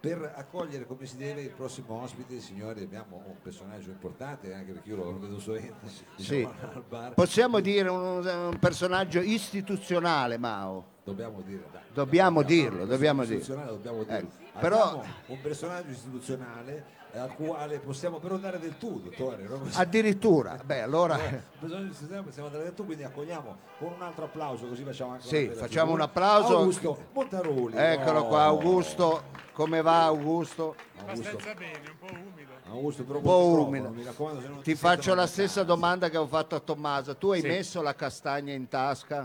per accogliere come si deve il prossimo ospite, signori. Abbiamo un personaggio importante, anche perché io lo vedo solamente, Sì. diciamo, al bar. Possiamo dire un personaggio istituzionale, Mao. Dobbiamo dire, dai, Dobbiamo dobbiamo dirlo, dobbiamo dirlo. istituzionale, dobbiamo dirlo. Però Abbiamo un personaggio istituzionale al quale possiamo però dare del tu, dottore, no? addirittura, beh, allora Bisogna istituzionale, possiamo dare del tu, quindi accogliamo con un altro applauso, così facciamo anche sì, una bella facciamo figura. un applauso. Augusto Montaruli. Eccolo qua, Augusto. Come va, Augusto? Abbastanza bene, un po' umido. Augusto, però Un po' microfono, umido. mi raccomando, se non Ti sentono faccio la da stessa casa. domanda che ho fatto a Tommaso. Tu hai Sì. messo la castagna in tasca?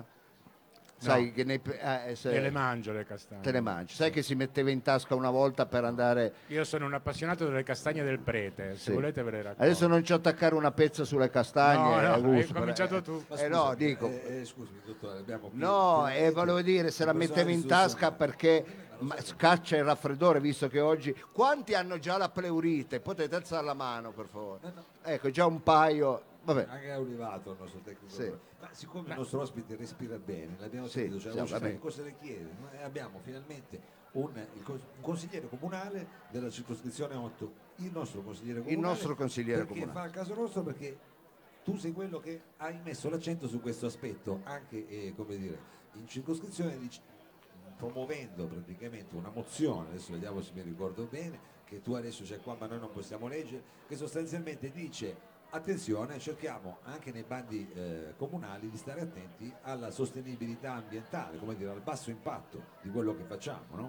Sai che Te le mangio le castagne. te le mangi. Sai che si metteva in tasca una volta per andare. Io sono un appassionato delle castagne del prete, se Sì. volete ve le racconto. Adesso non ci attaccare una pezza sulle castagne, No, no, Augusto, hai cominciato tu. Ma no, scusami, dico. scusami, dottore, abbiamo qui- No, qui- e volevo dire, se la un mettevi in personaggio tasca istituzionale. perché scaccia il raffreddore, visto che oggi. Quanti hanno già la pleurite? Potete alzare la mano, per favore. Ecco, già un paio. Vabbè. Anche è olivato il nostro tecnico. Sì. Ma siccome il nostro ospite respira bene, l'abbiamo Sì, sentito, cioè, sì, voce, vabbè. che cosa le chiede? Noi abbiamo finalmente un consigliere comunale della circoscrizione 8, il nostro consigliere comunale. nostro consigliere perché comunale. fa il caso nostro, perché tu sei quello che hai messo l'accento su questo aspetto, anche come dire, in circoscrizione promuovendo praticamente una mozione, adesso vediamo se mi ricordo bene, che tu adesso c'è qua ma noi non possiamo leggere, che sostanzialmente dice: attenzione, cerchiamo anche nei bandi comunali di stare attenti alla sostenibilità ambientale, come dire, al basso impatto di quello che facciamo, no?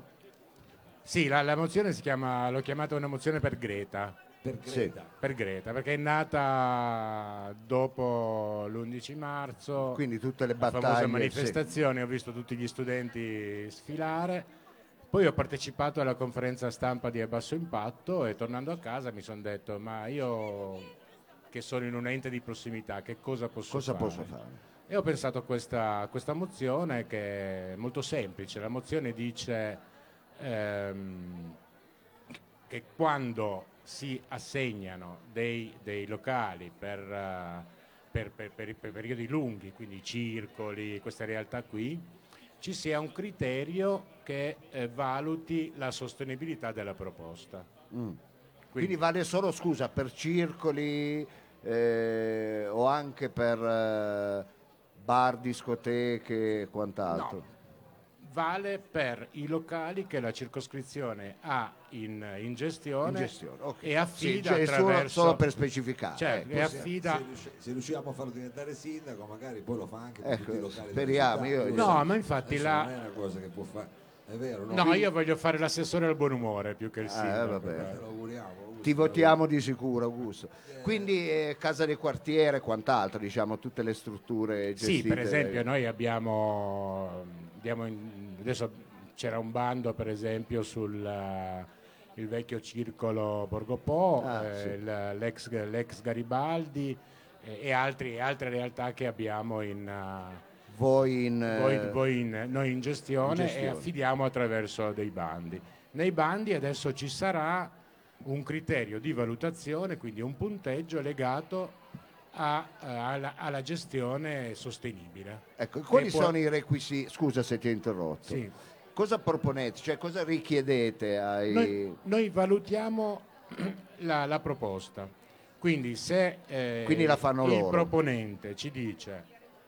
Sì, la mozione si chiama, l'ho chiamata una mozione per Greta. Per Sì. Greta. Per Greta, perché è nata dopo l'11 marzo, Quindi tutte le la famosa battaglie. sì. manifestazione, ho visto tutti gli studenti sfilare, poi ho partecipato alla conferenza stampa di Basso Impatto e tornando a casa mi sono detto: ma io che sono in un ente di prossimità, che cosa posso Cosa fare? posso fare? E ho pensato a questa mozione, che è molto semplice. La mozione dice che quando si assegnano dei locali per periodi lunghi, quindi circoli, queste realtà qui, ci sia un criterio che valuti la sostenibilità della proposta. Quindi vale solo, scusa, per circoli o anche per bar, discoteche e quant'altro? No, vale per i locali che la circoscrizione ha in gestione, In gestione, ok. e affida Sì, cioè, attraverso... solo per specificare. Cioè, ecco. e affida... Se riusciamo a farlo diventare sindaco, magari poi lo fa anche per Ecco, tutti i locali speriamo, della città. io- No, ma infatti Adesso la... non è una cosa che può fare, è vero, no? No, io voglio fare l'assessore al buon umore più che il sindaco. vabbè. Te lo auguriamo, Augusto. Ti votiamo di sicuro, Augusto. Quindi casa di quartiere e quant'altro, diciamo, tutte le strutture gestite. Sì, per esempio noi adesso c'era un bando per esempio sul il vecchio circolo Borgo Po, Sì. l'ex Garibaldi e altre realtà che abbiamo Voi in... noi in gestione, in gestione. e affidiamo attraverso dei bandi. Nei bandi adesso ci sarà un criterio di valutazione, quindi un punteggio legato alla gestione sostenibile. Ecco, quali Che può- sono i requisiti? Scusa se ti ho interrotto. Sì. Cosa proponete? Cioè, cosa richiedete ai... Noi valutiamo la proposta, quindi se Quindi la fanno il loro. proponente ci dice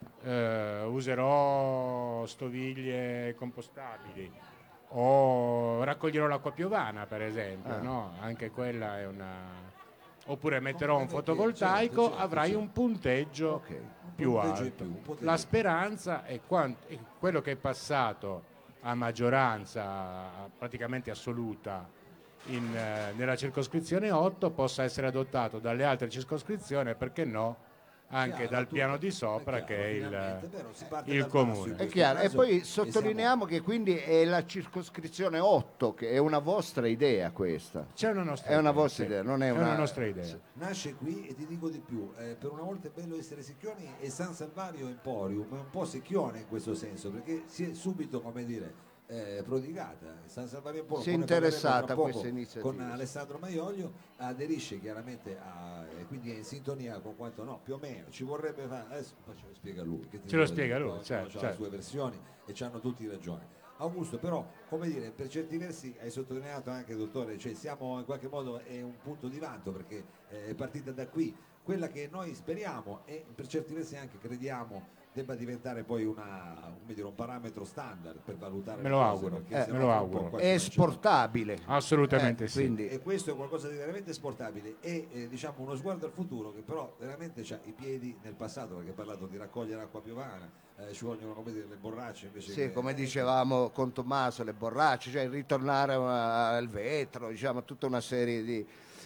userò stoviglie compostabili o raccoglierò l'acqua piovana per esempio, no? Anche quella è una... Oppure metterò un fotovoltaico, certo, avrai certo. un punteggio Ok. più punteggio in alto. più, un punteggio La in più. speranza è è quello che è passato a maggioranza praticamente assoluta nella circoscrizione 8 possa essere adottato dalle altre circoscrizioni, perché no, anche Chiaro, dal tutto- piano di sopra, chiaro, che è finalmente, è vero, si parte il dal basso in comune. È questo chiaro, e caso, poi e sottolineiamo che quindi è la circoscrizione 8, che è una vostra idea questa. C'è una nostra È una idea, vostra sì. idea, non è È una... una nostra idea. nasce qui, e ti dico di più, per una volta è bello essere secchioni, e San Salvario Emporium è un po' secchione in questo senso, perché si è subito, come dire, prodigata. San Salvario Emporium, Si è poi ne parleremo interessata tra a poco queste iniziative. con Alessandro Maioglio, aderisce chiaramente e quindi è in sintonia con quanto no, più o meno ci vorrebbe fare. Adesso poi ce lo spiega lui. Che ti Ce lo devo spiega dire, lui, poi, certo, c'ha le certo. sue versioni e c'hanno tutti ragione. Augusto, però, come dire, per certi versi hai sottolineato anche, dottore, cioè siamo in qualche modo, è un punto di vanto perché è partita da qui quella che noi speriamo e per certi versi anche crediamo debba diventare poi come dire, un parametro standard per valutare Me le lo cose, auguro, perché se me no lo fra un po' auguro. qua È ci facciamo- esportabile. Assolutamente sì. Quindi e questo è qualcosa di veramente esportabile e diciamo uno sguardo al futuro che però veramente ha i piedi nel passato, perché ha parlato di raccogliere acqua piovana, ci vogliono, come dire, le borracce invece sì, che come dicevamo con Tommaso, le borracce, cioè ritornare al vetro, diciamo, tutta una serie di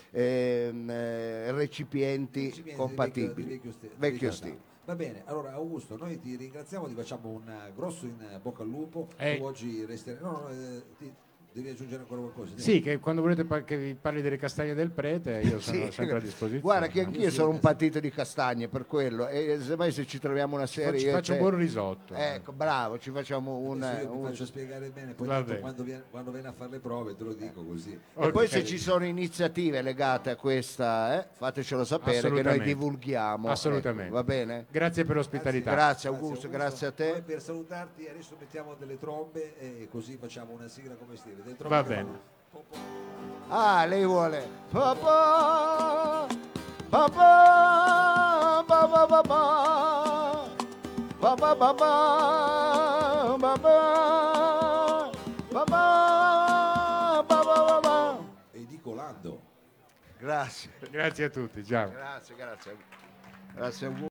recipienti recipienti compatibili, di vecchio vecchio stile. stile. Va bene, allora Augusto, noi ti ringraziamo, ti facciamo un grosso in bocca al lupo. Eh. Tu oggi resterai. No, no, devi aggiungere ancora qualcosa? Sì, che quando volete che vi parli delle castagne del prete, io sono Sì. sempre a disposizione. Guarda che Io anch'io sì, sono un adesso. patito di castagne per quello e semmai se ci troviamo una serie Ci io e faccio un te- buon risotto. ecco, bravo, ci facciamo Adesso io mi un... faccio spiegare bene, poi Va tanto bene. quando viene a fare le prove te lo dico così. E poi Ok. se ci sono iniziative legate a questa, fatecelo sapere che noi Assolutamente. divulghiamo. Assolutamente. Ecco, va bene? Grazie per l'ospitalità. Grazie Augusto, grazie a Noi te. per salutarti adesso mettiamo delle trombe e così facciamo una sigla commestibile. Delle trombe Va che bene. fanno po- po- Ah, lei vuole. Papà, papà, papà, papà, papà, papà, papà, papà, papà, papà. e dico Lando. Grazie, Grazie a tutti, ciao. grazie, grazie. Grazie Augusto.